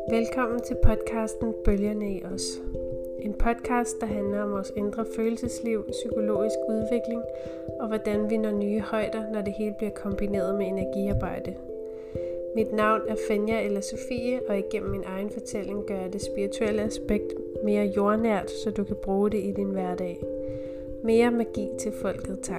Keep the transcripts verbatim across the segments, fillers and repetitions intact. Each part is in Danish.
Velkommen til podcasten Bølgerne i os. En podcast, der handler om vores indre følelsesliv, psykologisk udvikling og hvordan vi når nye højder, når det hele bliver kombineret med energiarbejde. Mit navn er Fenja eller Sofie, og igennem min egen fortælling gør jeg det spirituelle aspekt mere jordnært, så du kan bruge det i din hverdag. Mere magi til folket, tak.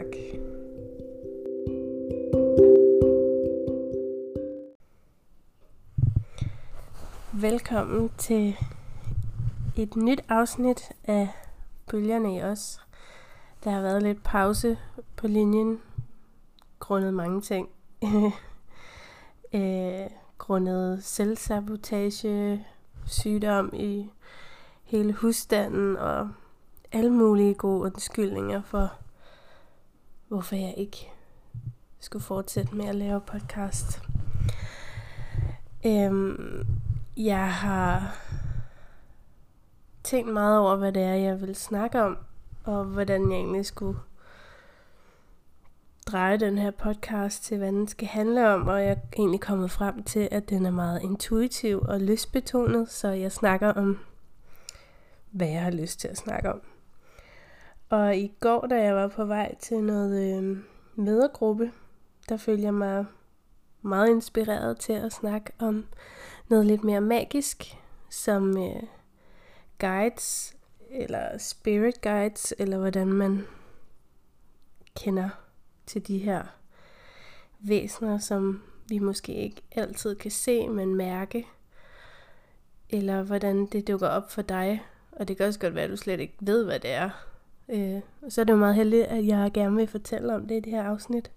Velkommen til et nyt afsnit af Bølgerne i os. Der har været lidt pause på linjen, grundet mange ting. øh, grundet selvsabotage, sygdom i hele husstanden og alle mulige gode undskyldninger for, hvorfor jeg ikke skulle fortsætte med at lave podcast. Øhm, jeg har tænkt meget over, hvad det er, jeg vil snakke om, og hvordan jeg egentlig skulle dreje den her podcast til, hvad den skal handle om, og jeg er egentlig kommet frem til, at den er meget intuitiv og lystbetonet, så jeg snakker om, hvad jeg har lyst til at snakke om. Og i går, da jeg var på vej til noget øh, mødergruppe, der følte jeg mig meget inspireret til at snakke om noget lidt mere magisk, som øh, guides, eller spirit guides, eller hvordan man kender til de her væsener, som vi måske ikke altid kan se, men mærke, eller hvordan det dukker op for dig, og det kan også godt være, at du slet ikke ved, hvad det er. Øh, og så er det jo meget heldigt, at jeg gerne vil fortælle om det i det her afsnit.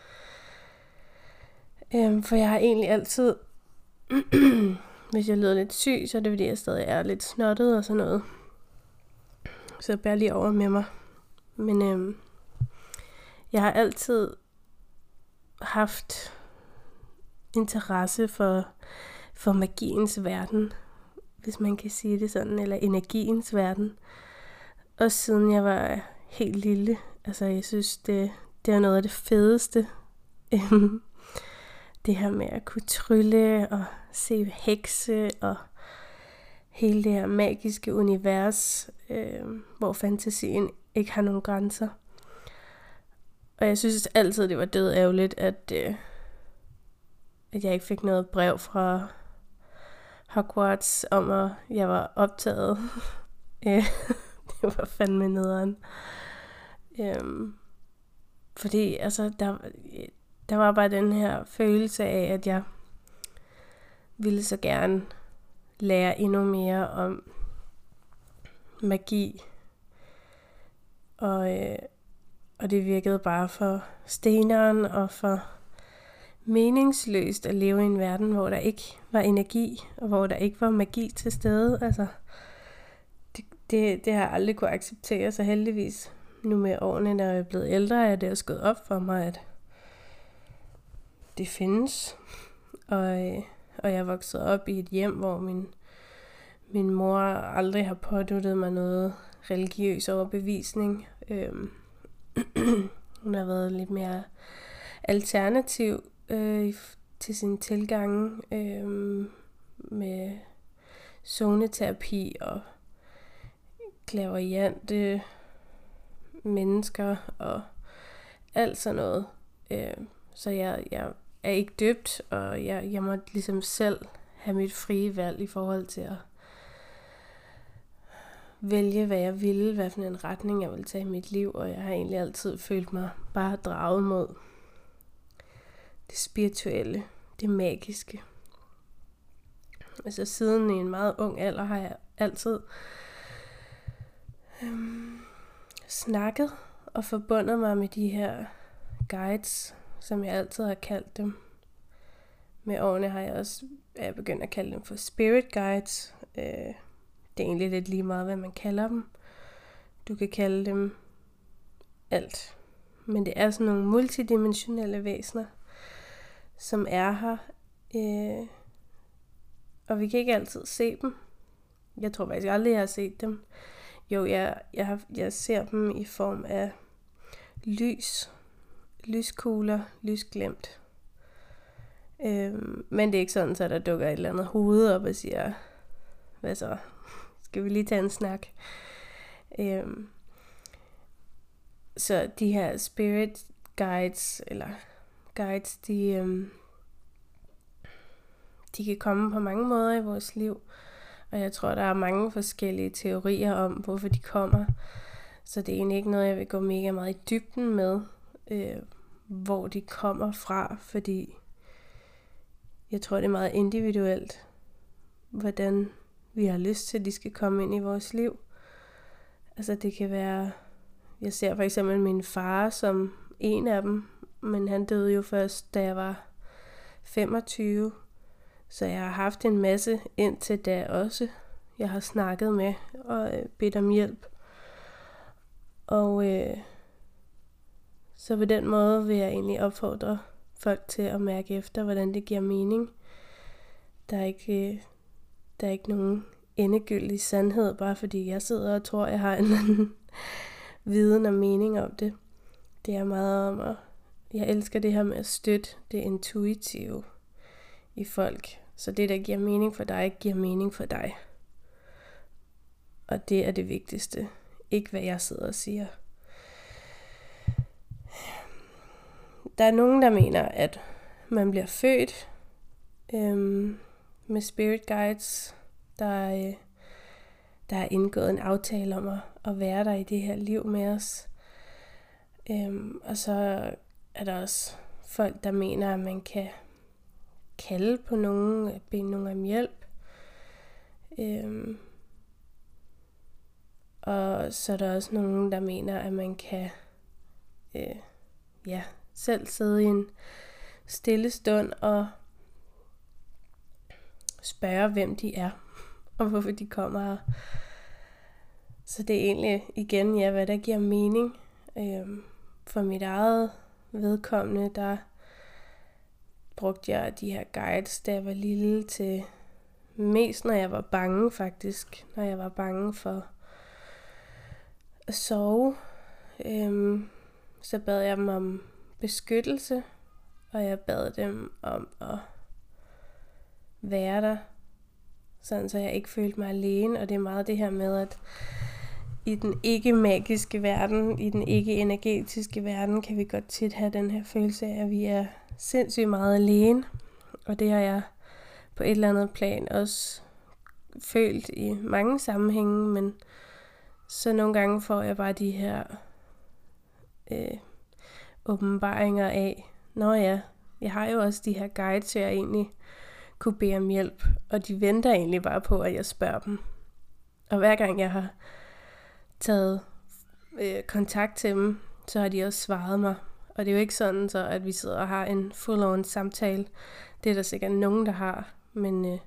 Øh, for jeg har egentlig altid, hvis jeg lyder lidt syg, så er det fordi, jeg stadig er lidt snottet og sådan noget. Så bær lige over med mig. Men øh, jeg har altid haft interesse for, for magiens verden, hvis man kan sige det sådan, eller energiens verden. Også siden jeg var helt lille. Altså jeg synes, det, det er noget af det fedeste. Det her med at kunne trylle og se hekse og hele det her magiske univers, øh, hvor fantasien ikke har nogen grænser. Og jeg synes altid, det var død ærgerligt, at, øh, at jeg ikke fik noget brev fra Hogwarts om, at jeg var optaget. Det var fandme nederen. Øhm, fordi altså, der, der var bare den her følelse af, at jeg ville så gerne lære endnu mere om magi. Og, øh, og det virkede bare for steneren og for meningsløst at leve i en verden, hvor der ikke var energi, og hvor der ikke var magi til stede. Altså, det, det, det har jeg aldrig kunne acceptere, så heldigvis nu med årene, når jeg er blevet ældre, er det også gået op for mig, at det findes. Og, øh, og jeg er vokset op i et hjem, hvor min, min mor aldrig har påduttet mig noget religiøs overbevisning. Øhm, hun har været lidt mere alternativ øh, til sin tilgang øh, med zoneterapi og clairvoyante mennesker og alt sådan noget. Øh, så jeg, jeg er ikke døbt, og jeg, jeg må ligesom selv have mit frie valg i forhold til at vælge, hvad jeg ville, hvad for en retning jeg vil tage i mit liv, og jeg har egentlig altid følt mig bare draget mod det spirituelle, det magiske. Altså siden i en meget ung alder har jeg altid øhm, snakket og forbundet mig med de her guides, som jeg altid har kaldt dem. Med årene har jeg også er begyndt at kalde dem for spirit guides. Øh, det er egentlig lidt lige meget, hvad man kalder dem. Du kan kalde dem alt. Men det er sådan nogle multidimensionelle væsener, som er her. Øh, og vi kan ikke altid se dem. Jeg tror faktisk aldrig, jeg har set dem. Jo, jeg, jeg, har, jeg ser dem i form af lys. Lyskugler, lysglimt. Øhm, men det er ikke sådan, så der dukker et eller andet hoved op og siger, hvad så, skal vi lige tage en snak? Øhm, så de her spirit guides, eller guides, de, øhm, de kan komme på mange måder i vores liv. Og jeg tror, der er mange forskellige teorier om, hvorfor de kommer. Så det er egentlig ikke noget, jeg vil gå mega meget i dybden med, øh, hvor de kommer fra, fordi jeg tror, det er meget individuelt, hvordan vi har lyst til, at de skal komme ind i vores liv. Altså det kan være, jeg ser for eksempel min far som en af dem, men han døde jo først, da jeg var femogtyve. Så jeg har haft en masse indtil da også, jeg har snakket med og øh, bedt om hjælp. Og øh, så på den måde vil jeg egentlig opfordre folk til at mærke efter, hvordan det giver mening. Der er ikke, øh, der er ikke nogen endegyldig sandhed, bare fordi jeg sidder og tror, jeg har en eller anden viden og mening om det. Det er meget om at, jeg elsker det her med at støtte det intuitive i folk. Så det, der giver mening for dig, giver mening for dig. Og det er det vigtigste. Ikke hvad jeg sidder og siger. Der er nogen, der mener, at man bliver født øhm, med spirit guides. Der, øh, der er indgået en aftale om at, at være der i det her liv med os. Øhm, og så er der også folk, der mener, at man kan kalde på nogen, bede nogen om hjælp. Øhm, og så er der også nogen, der mener, at man kan øh, ja, selv sidde i en stille stund og spørge, hvem de er, og hvorfor de kommer her. Så det er egentlig igen, ja, hvad der giver mening. Øhm, for mit eget vedkommende, der brugte jeg de her guides, da jeg var lille, til mest når jeg var bange faktisk. Når jeg var bange for at sove. Øhm, så bad jeg dem om beskyttelse, og jeg bad dem om at være der, sådan så jeg ikke følte mig alene. Og det er meget det her med, at i den ikke-magiske verden, i den ikke-energetiske verden, kan vi godt tit have den her følelse af, at vi er sindssygt meget alene. Og det har jeg på et eller andet plan også følt i mange sammenhænge, men så nogle gange får jeg bare de her øh, åbenbaringer af, nå ja, jeg har jo også de her guides, jeg egentlig kunne bede om hjælp, og de venter egentlig bare på, at jeg spørger dem. Og hver gang jeg har taget øh, kontakt til dem, så har de også svaret mig. Og det er jo ikke sådan, så, at vi sidder og har en full-on samtale. Det er der sikkert nogen, der har. Men øh,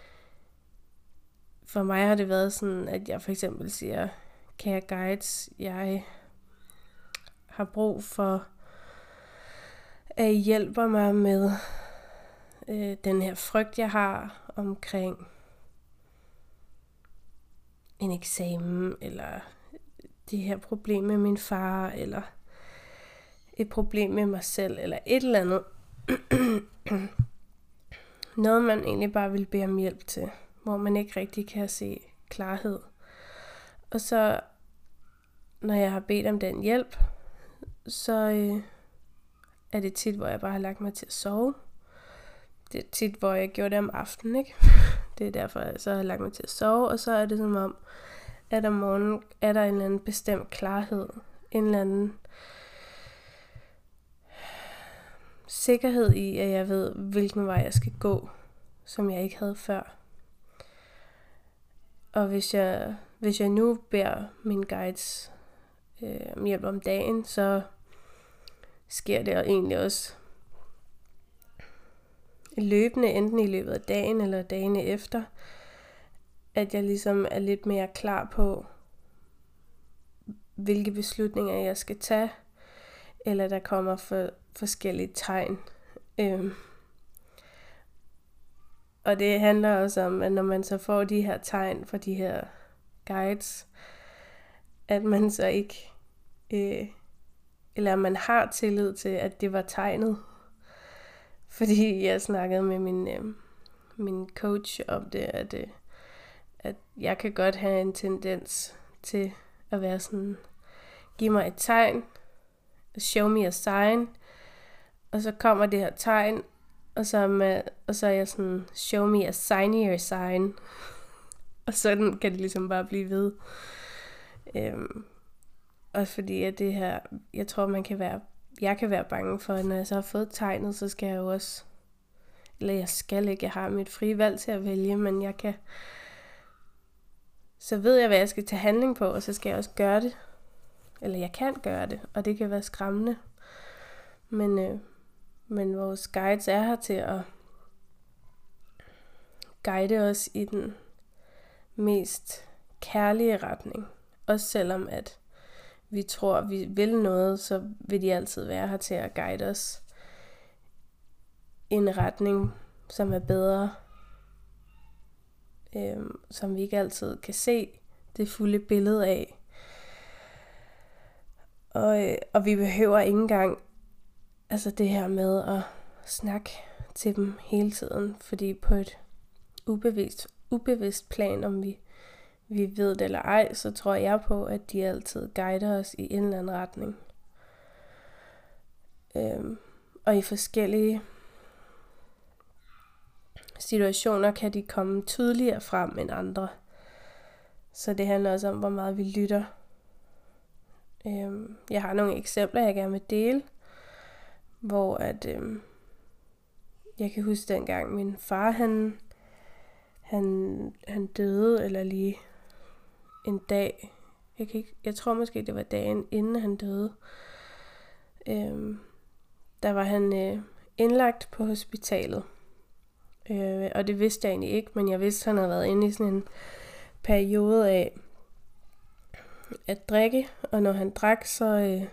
for mig har det været sådan, at jeg for eksempel siger, kære guides, jeg har brug for, at I hjælper mig med øh, den her frygt, jeg har omkring en eksamen, eller det her problem med min far, eller et problem med mig selv, eller et eller andet. Noget, man egentlig bare vil bede om hjælp til, hvor man ikke rigtig kan se klarhed. Og så, når jeg har bedt om den hjælp, så øh, er det tit, hvor jeg bare har lagt mig til at sove. Det er tit, hvor jeg gjorde det om aftenen, ikke? Det er derfor, jeg så har lagt mig til at sove, og så er det som om, at om morgenen er der en eller anden bestemt klarhed, en eller anden sikkerhed i, at jeg ved, hvilken vej jeg skal gå, som jeg ikke havde før. Og hvis jeg, hvis jeg nu beder mine guides øh, om hjælp om dagen, så sker det egentlig også løbende, enten i løbet af dagen eller dagene efter, at jeg ligesom er lidt mere klar på, hvilke beslutninger jeg skal tage, eller der kommer for forskellige tegn. Øhm. Og det handler også om, at når man så får de her tegn fra de her guides, at man så ikke, øh, eller man har tillid til, at det var tegnet. fordi jeg snakkede med min, øh, min coach om det, at, øh, at jeg kan godt have en tendens til at være sådan, giv mig et tegn, show me a sign, og så kommer det her tegn, og så, med, og så er jeg sådan, show me a signier sign, og sådan kan det ligesom bare blive ved. Øhm, også fordi at det her, jeg tror man kan være, jeg kan være bange for, at når jeg så har fået tegnet, så skal jeg jo også, eller jeg skal ikke, jeg har mit frie valg til at vælge, men jeg kan, så ved jeg, hvad jeg skal tage handling på, og så skal jeg også gøre det. Eller jeg kan gøre det, og det kan være skræmmende. Men, øh, men vores guides er her til at guide os i den mest kærlige retning. Også selvom at vi tror, at vi vil noget, så vil de altid være her til at guide os i en retning, som er bedre. Øh, som vi ikke altid kan se det fulde billede af. Og, øh, og vi behøver ikke engang altså det her med at snakke til dem hele tiden, fordi på et ubevidst, ubevidst plan, om vi, vi ved det eller ej, så tror jeg på, at de altid guider os i en eller anden retning. Øhm, og i forskellige situationer kan de komme tydeligere frem end andre. Så det handler også om, hvor meget vi lytter. Øhm, jeg har nogle eksempler, jeg gerne vil dele, hvor at øhm, jeg kan huske dengang min far, han, han, han døde, eller lige en dag, jeg, kan ikke, jeg tror måske det var dagen inden han døde, øhm, der var han øh, indlagt på hospitalet, øh, og det vidste jeg egentlig ikke, men jeg vidste, han havde været inde i sådan en periode af at drikke, og når han drak, så øh,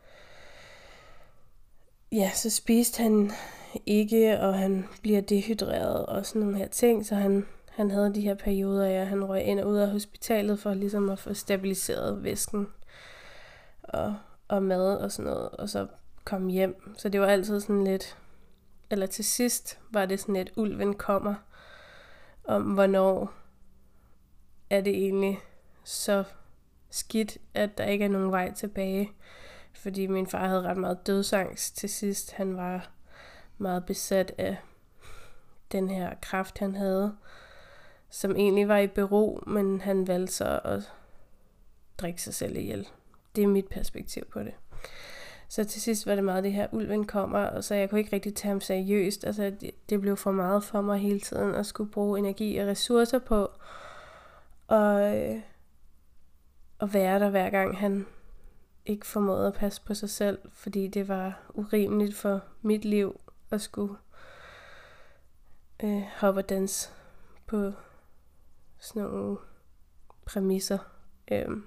ja, så spiste han ikke, og han bliver dehydreret og sådan nogle her ting, så han, han havde de her perioder af, at han røg ind og ud af hospitalet for ligesom at få stabiliseret væsken og, og mad og sådan noget, og så kom hjem. Så det var altid sådan lidt, eller til sidst var det sådan lidt, ulven kommer, om hvornår er det egentlig så skidt, at der ikke er nogen vej tilbage. Fordi min far havde ret meget dødsangst til sidst. Han var meget besat af den her kræft, han havde, som egentlig var i bero, men han valgte så at drikke sig selv ihjel. Det er mit perspektiv på det. Så til sidst var det meget det her, ulven kommer, og så jeg kunne ikke rigtig tage ham seriøst. Altså det, det blev for meget for mig hele tiden at skulle bruge energi og ressourcer på og, øh, og være der hver gang han ikke formåede at passe på sig selv, fordi det var urimeligt for mit liv at skulle øh, hoppe og danse på sådan nogle præmisser. Øhm.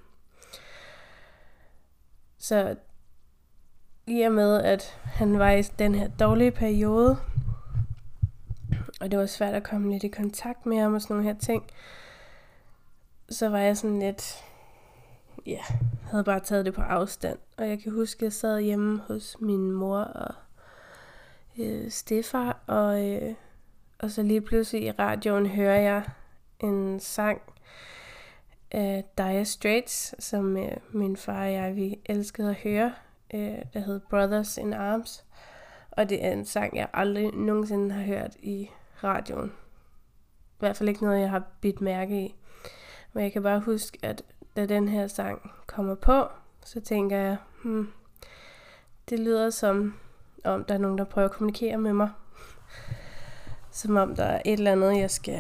Så i og med, at han var i den her dårlige periode, og det var svært at komme lidt i kontakt med ham og sådan nogle her ting, så var jeg sådan lidt, ja, yeah, havde bare taget det på afstand. Og jeg kan huske, at jeg sad hjemme hos min mor og øh, stefar, og, øh, og så lige pludselig i radioen hører jeg en sang af Dire Straits, som øh, min far og jeg, vi elskede at høre, øh, der hed Brothers in Arms. Og det er en sang, jeg aldrig nogensinde har hørt i radioen. I hvert fald ikke noget, jeg har bidt mærke i. Men jeg kan bare huske, at da den her sang kommer på, så tænker jeg, hmm, det lyder som om der er nogen, der prøver at kommunikere med mig. Som om der er et eller andet, jeg skal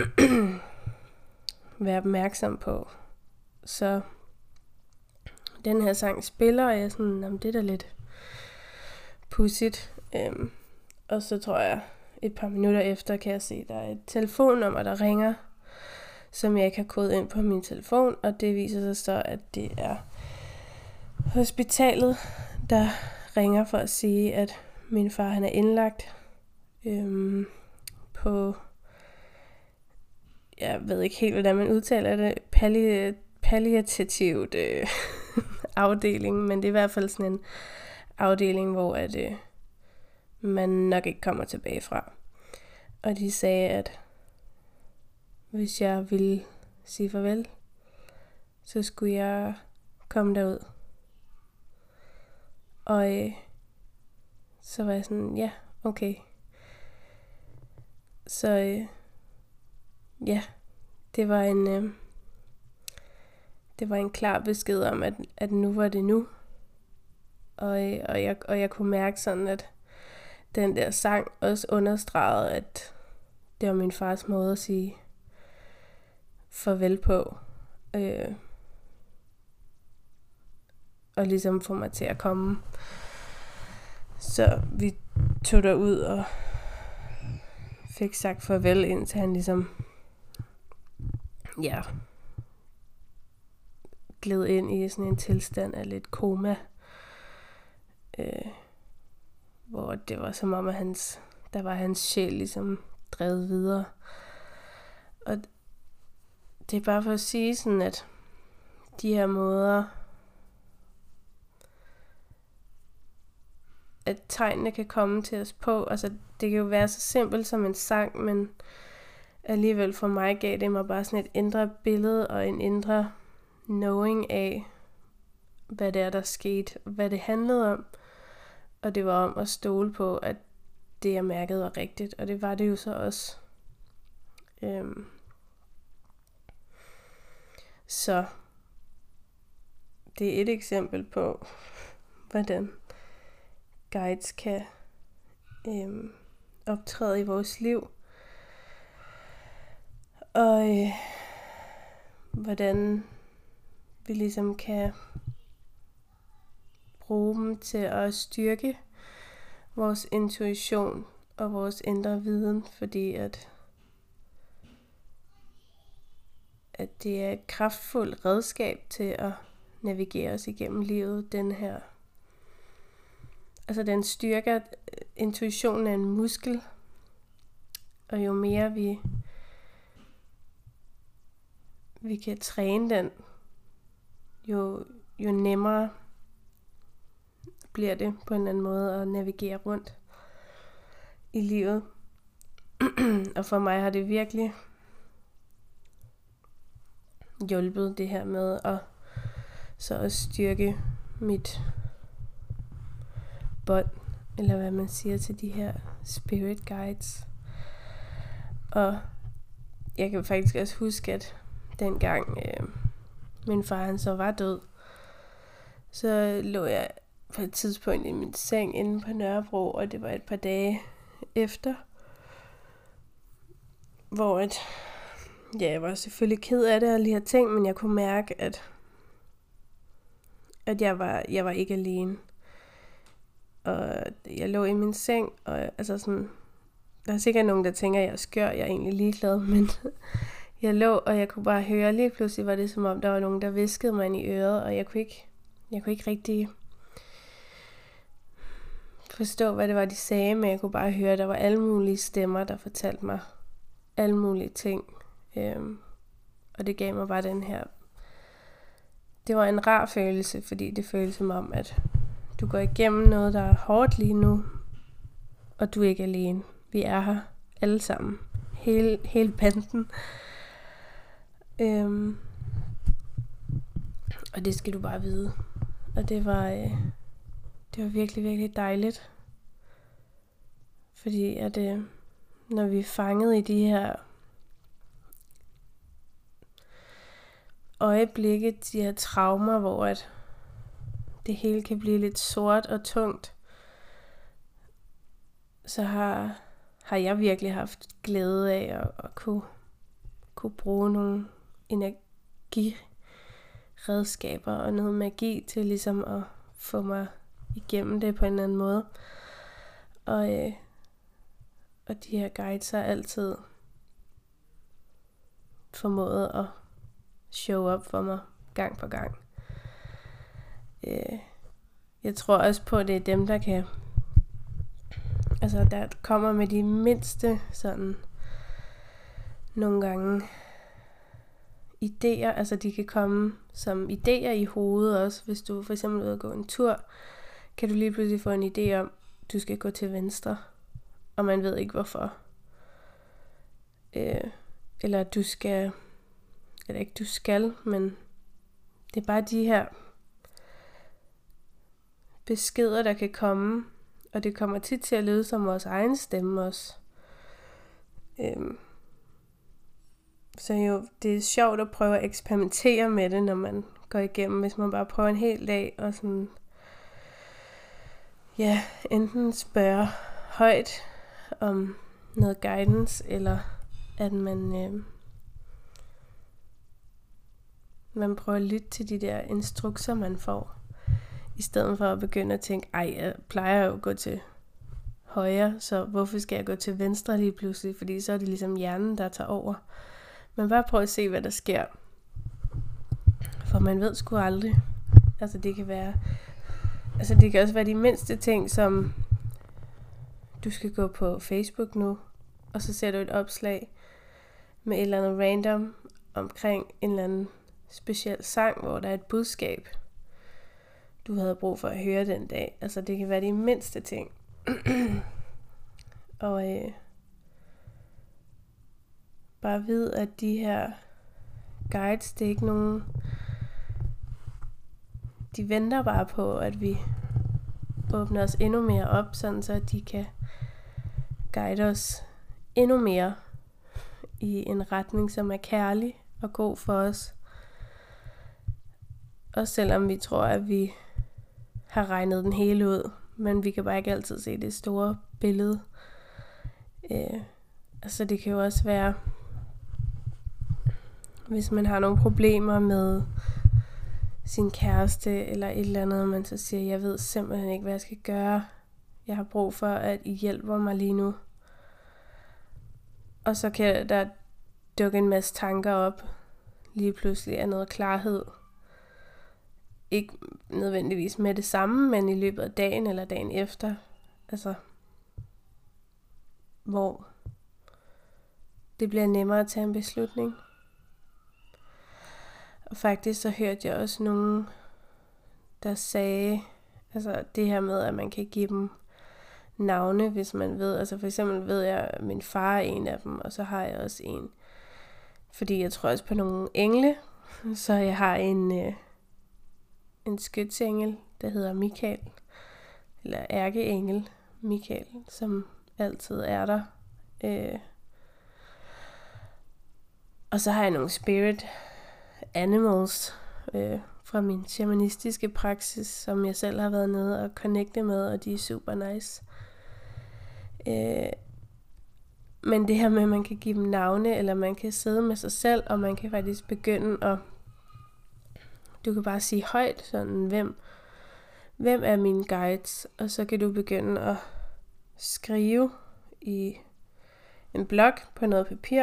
være opmærksom på. Så den her sang spiller, og jeg er sådan, jamen, det er da lidt pudsigt. Øhm, og så tror jeg, et par minutter efter kan jeg se, der er et telefonnummer, der ringer, som jeg ikke har kodet ind på min telefon, og det viser sig så, at det er hospitalet, der ringer for at sige, at min far han er indlagt øhm, på, jeg ved ikke helt, hvordan man udtaler det, palli- palliativt øh, afdeling, men det er i hvert fald sådan en afdeling, hvor at, øh, man nok ikke kommer tilbage fra. Og de sagde, at hvis jeg ville sige farvel, så skulle jeg komme derud. Og øh, så var jeg sådan, ja, okay. Så øh, ja, det var en øh, det var en klar besked om, at, at nu var det nu. Og, øh, og, jeg, og jeg kunne mærke sådan, at den der sang også understregede, at det var min fars måde at sige farvel på. Øh, og ligesom få mig til at komme. Så vi tog derud og fik sagt farvel, indtil han ligesom, ja, gled ind i sådan en tilstand af lidt koma. Øh, hvor det var som om, at hans, der var hans sjæl ligesom drevet videre. Og det er bare for at sige sådan, at de her måder, at tegnene kan komme til os på, altså det kan jo være så simpelt som en sang, men alligevel for mig gav det mig bare sådan et indre billede og en indre knowing af, hvad det er, der skete, og hvad det handlede om. Og det var om at stole på, at det jeg mærkede var rigtigt, og det var det jo så også. Øhm. Så det er et eksempel på, hvordan guides kan øhm, optræde i vores liv. Og øh, hvordan vi ligesom kan bruge dem til at styrke vores intuition og vores indre viden, fordi at, at det er et kraftfuldt redskab til at navigere os igennem livet, den her. Altså den styrker, intuitionen er en muskel, og jo mere vi, vi kan træne den, jo, jo nemmere bliver det på en eller anden måde at navigere rundt i livet. Og for mig har det virkelig hjulpet det her med at så at styrke mit bånd, eller hvad man siger til de her spirit guides. Og jeg kan faktisk også huske, at dengang øh, min far han så var død, så lå jeg på et tidspunkt i min seng inde på Nørrebro, og det var et par dage efter, hvor at, ja, jeg var selvfølgelig ked af det og lige her ting, men jeg kunne mærke, at, at jeg, var, jeg var ikke alene. Og jeg lå i min seng, og altså sådan, der er sikkert nogen, der tænker, at jeg er skør, jeg er egentlig ligeglad, men jeg lå, og jeg kunne bare høre, lige pludselig var det som om, der var nogen, der viskede mig ind i øret, og jeg kunne ikke, jeg kunne ikke rigtig forstå, hvad det var, de sagde, men jeg kunne bare høre, at der var alle mulige stemmer, der fortalte mig alle mulige ting. Øhm, og det gav mig bare den her, det var en rar følelse, fordi det føltes som om, at du går igennem noget, der er hårdt lige nu, og du er ikke alene. Vi er her alle sammen. Hele, hele banden. Øhm, og det skal du bare vide. Og det var, øh, det var virkelig, virkelig dejligt. Fordi at øh, når vi er fanget i de her øjeblikke, de her traumer, hvor at det hele kan blive lidt sort og tungt, så har, har jeg virkelig haft glæde af at, at kunne, kunne bruge nogle energiredskaber og noget magi til ligesom at få mig igennem det på en eller anden måde. Og, øh, og de her guides har altid formået at show up for mig gang på gang. Øh, jeg tror også på, at det er dem, der kan, altså der kommer med de mindste sådan nogle gange idéer, altså de kan komme som idéer i hovedet også. Hvis du for eksempel er ude at gå en tur, kan du lige pludselig få en idé om, du skal gå til venstre, og man ved ikke hvorfor. Øh, eller du skal, eller ikke du skal, men det er bare de her beskeder, der kan komme, og det kommer tit til at lyde som vores egen stemme også. Øhm. Så jo, det er sjovt at prøve at eksperimentere med det, når man går igennem, hvis man bare prøver en hel dag og sådan, ja, enten spørge højt om noget guidance, eller at man, øh, man prøver at lytte til de der instrukser, man får, i stedet for at begynde at tænke, ej, jeg plejer jo at gå til højre, så hvorfor skal jeg gå til venstre lige pludselig, fordi så er det ligesom hjernen, der tager over. Men bare prøv at se, hvad der sker. For man ved sgu aldrig. Altså det kan være, altså det kan også være de mindste ting, som du skal gå på Facebook nu, og så ser du et opslag med et eller andet random omkring en eller anden speciel sang, hvor der er et budskab, du havde brug for at høre den dag. Altså det kan være de mindste ting. Og øh, bare vid, at de her guides, det er ikke nogen, de venter bare på, at vi åbner os endnu mere op, sådan så at de kan guide os endnu mere i en retning, som er kærlig og god for os. Også selvom vi tror, at vi har regnet den hele ud, men vi kan bare ikke altid se det store billede. Øh, altså det kan jo også være, hvis man har nogle problemer med sin kæreste eller et eller andet, og man så siger, jeg ved simpelthen ikke, hvad jeg skal gøre. Jeg har brug for, at I hjælper mig lige nu. Og så kan der dukke en masse tanker op, lige pludselig af noget klarhed. Ikke nødvendigvis med det samme, men i løbet af dagen eller dagen efter. Altså, hvor det bliver nemmere at tage en beslutning. Og faktisk så hørte jeg også nogen, der sagde, altså det her med, at man kan give dem navne, hvis man ved. Altså for eksempel ved jeg, at min far er en af dem, og så har jeg også en. Fordi jeg tror også på nogle engle, så jeg har en, øh, en skytsengel, der hedder Michael, eller ærkeengel Michael, som altid er der. Øh. Og så har jeg nogle spirit animals øh, fra min shamanistiske praksis, som jeg selv har været nede og connecte med, og de er super nice. Øh, men det her med, at man kan give dem navne, eller man kan sidde med sig selv, og man kan faktisk begynde at, du kan bare sige højt, sådan, hvem, hvem er mine guides, og så kan du begynde at skrive i en blok på noget papir,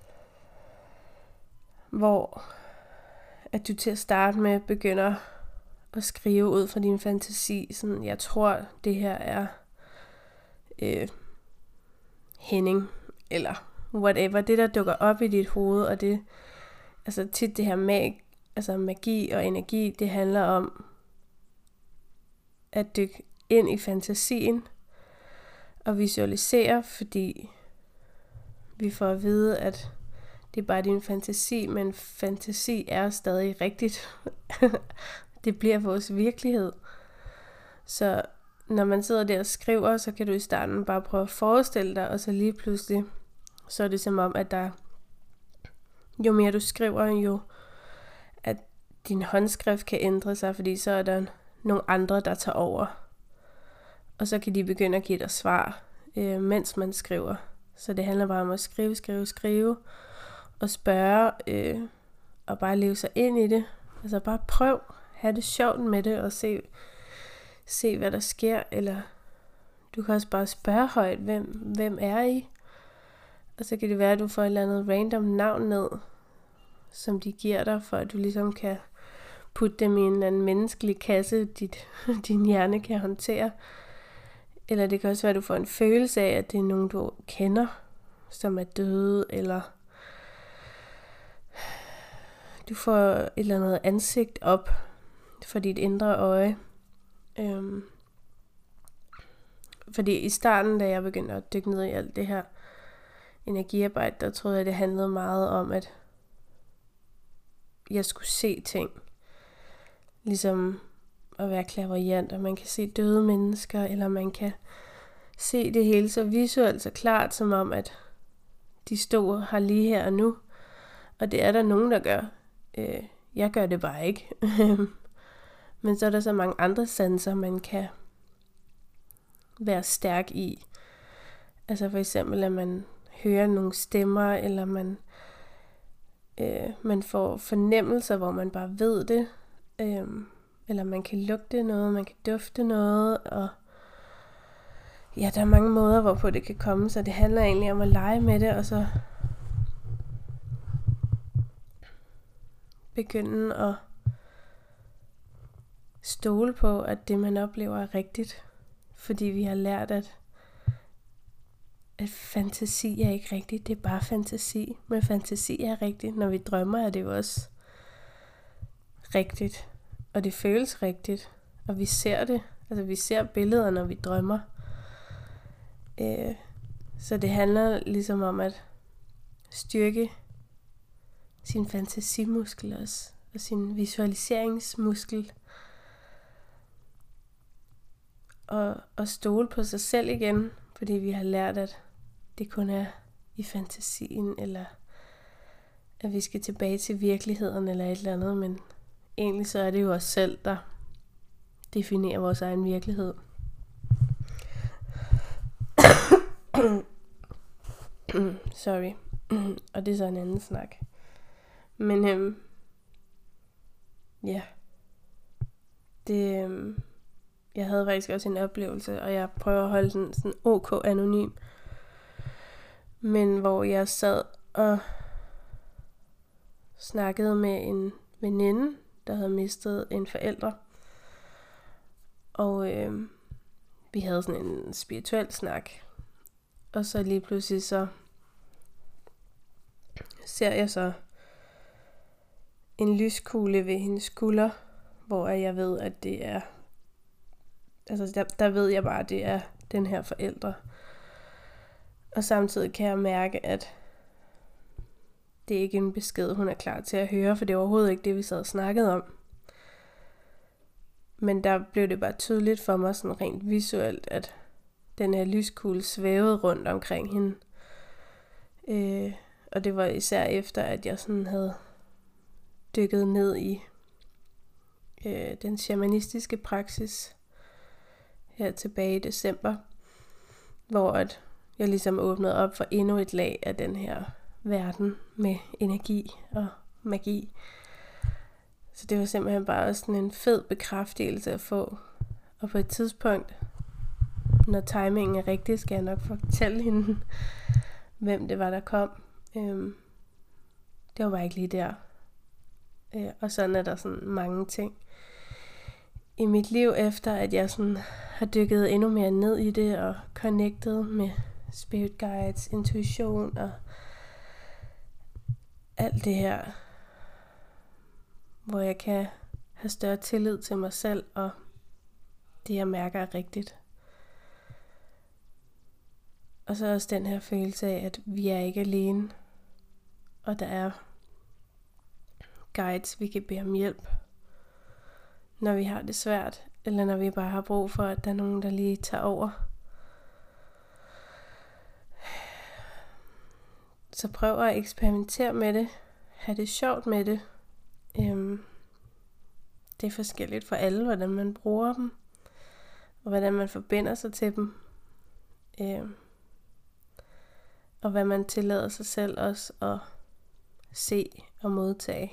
hvor at du til at starte med begynder at skrive ud fra din fantasi, sådan, jeg tror, det her er øh, Henning, eller whatever, det der dukker op i dit hoved, og det, altså tit det her mag, altså magi og energi, det handler om at dykke ind i fantasien og visualisere, fordi vi får at vide, at det er bare din fantasi, men fantasi er stadig rigtigt. Det bliver vores virkelighed. Så når man sidder der og skriver, så kan du i starten bare prøve at forestille dig, og så lige pludselig, så er det som om, at der, jo mere du skriver, jo at din håndskrift kan ændre sig, fordi så er der nogle andre, der tager over. Og så kan de begynde at give dig svar, øh, mens man skriver. Så det handler bare om at skrive, skrive, skrive, og spørge, øh, og bare leve sig ind i det. Altså bare prøv, have det sjovt med det, og se, se hvad der sker, eller du kan også bare spørge højt, hvem, hvem er I? Og så kan det være, at du får et eller andet random navn ned, som de giver dig, for at du ligesom kan putte dem i en eller anden menneskelig kasse, dit, din hjerne kan håndtere. Eller det kan også være, at du får en følelse af, at det er nogen, du kender, som er døde, eller du får et eller andet ansigt op for dit indre øje. Øhm. Fordi i starten, da jeg begyndte at dykke ned i alt det her energiarbejde, der troede jeg, det handlede meget om, at jeg skulle se ting. Ligesom at være clairvoyant, og man kan se døde mennesker, eller man kan se det hele så visuelt, så klart, som om, at de stod her lige her og nu. Og det er der nogen, der gør. Øh, jeg gør det bare ikke. Men så er der så mange andre sanser, man kan være stærk i. Altså for eksempel, at man hører nogle stemmer, eller man, øh, man får fornemmelser, hvor man bare ved det. Øh, eller man kan lugte noget, man kan dufte noget, og ja, der er mange måder, hvorpå det kan komme, så det handler egentlig om at lege med det, og så begynde at stole på, at det man oplever er rigtigt. Fordi vi har lært, at, at fantasi er ikke rigtigt, det er bare fantasi. Men fantasi er rigtigt. Når vi drømmer, er det jo også rigtigt. Og det føles rigtigt. Og vi ser det. Altså vi ser billeder, når vi drømmer. Øh, så det handler ligesom om at styrke sin fantasimuskel også. Og sin visualiseringsmuskel. Og, og stole på sig selv igen, fordi vi har lært, at det kun er i fantasien, eller at vi skal tilbage til virkeligheden, eller et eller andet, men egentlig så er det jo os selv, der definerer vores egen virkelighed. Sorry. Og det er så en anden snak. Men øhm, ja, det... Øhm, Jeg havde faktisk også en oplevelse, og jeg prøver at holde den sådan ok anonym. Men hvor jeg sad og snakkede med en veninde, der havde mistet en forælder. Og øh, vi havde sådan en spirituel snak. Og så lige pludselig så ser jeg så en lyskugle ved hendes skulder, hvor jeg ved, at det er Altså der, der ved jeg bare, at det er den her forælder. Og samtidig kan jeg mærke, at det er ikke en besked, hun er klar til at høre, for det er overhovedet ikke det, vi sad og snakkede om. Men der blev det bare tydeligt for mig, sådan rent visuelt, at den her lyskugle svævede rundt omkring hende. Øh, og det var især efter, at jeg sådan havde dykket ned i øh, den shamanistiske praksis, her tilbage i december, hvor at jeg ligesom åbnede op for endnu et lag af den her verden med energi og magi. Så det var simpelthen bare sådan en fed bekræftelse at få. Og på et tidspunkt, når timingen er rigtig, skal jeg nok fortælle hende, hvem det var, der kom. Øhm, det var bare ikke lige der. Øh, og sådan er der sådan mange ting i mit liv, efter at jeg sådan har dykket endnu mere ned i det, og connected med spirit guides, intuition og alt det her, hvor jeg kan have større tillid til mig selv, og det jeg mærker er rigtigt. Og så også den her følelse af, at vi er ikke alene, og der er guides, vi kan bede om hjælp, når vi har det svært, eller når vi bare har brug for, at der er nogen, der lige tager over. Så prøv at eksperimentere med det. Ha' det sjovt med det. Øhm, det er forskelligt for alle, hvordan man bruger dem, og hvordan man forbinder sig til dem. Øhm, og hvad man tillader sig selv også at se og modtage.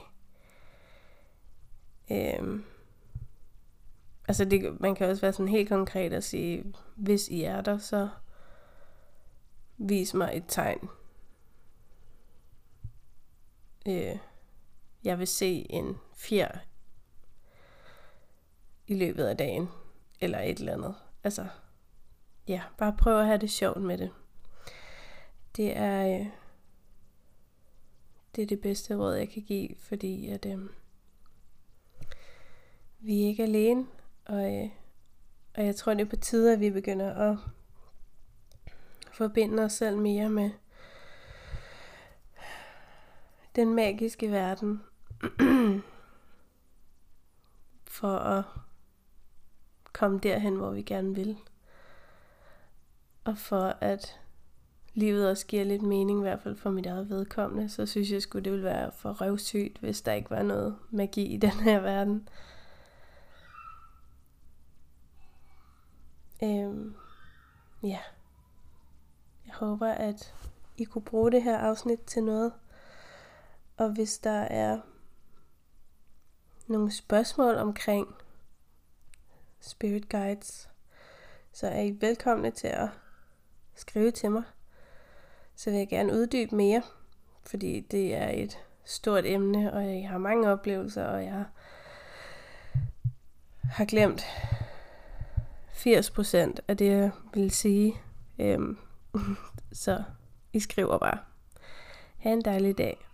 Øhm, Altså det, man kan også være sådan helt konkret og sige, hvis I er der, så vis mig et tegn. Øh, jeg vil se en fjer i løbet af dagen, eller et eller andet. Altså, ja, bare prøv at have det sjovt med det. Det er, øh, det er det bedste råd, jeg kan give, fordi at øh, vi er ikke alene. Og, øh, og jeg tror, det er på tide, at vi begynder at forbinde os selv mere med den magiske verden, for at komme derhen, hvor vi gerne vil. Og for at livet også giver lidt mening, i hvert fald for mit eget vedkommende, så synes jeg sgu, det ville være for røvsygt, hvis der ikke var noget magi i den her verden. Øhm, ja. Jeg håber, at I kunne bruge det her afsnit til noget. Og hvis der er nogle spørgsmål omkring Spirit Guides, så er I velkomne til at skrive til mig. Så vil jeg gerne uddybe mere, fordi det er et stort emne, og jeg har mange oplevelser, og jeg har glemt firs procent af det, jeg vil sige. Øhm, så I skriver bare. Ha' en dejlig dag.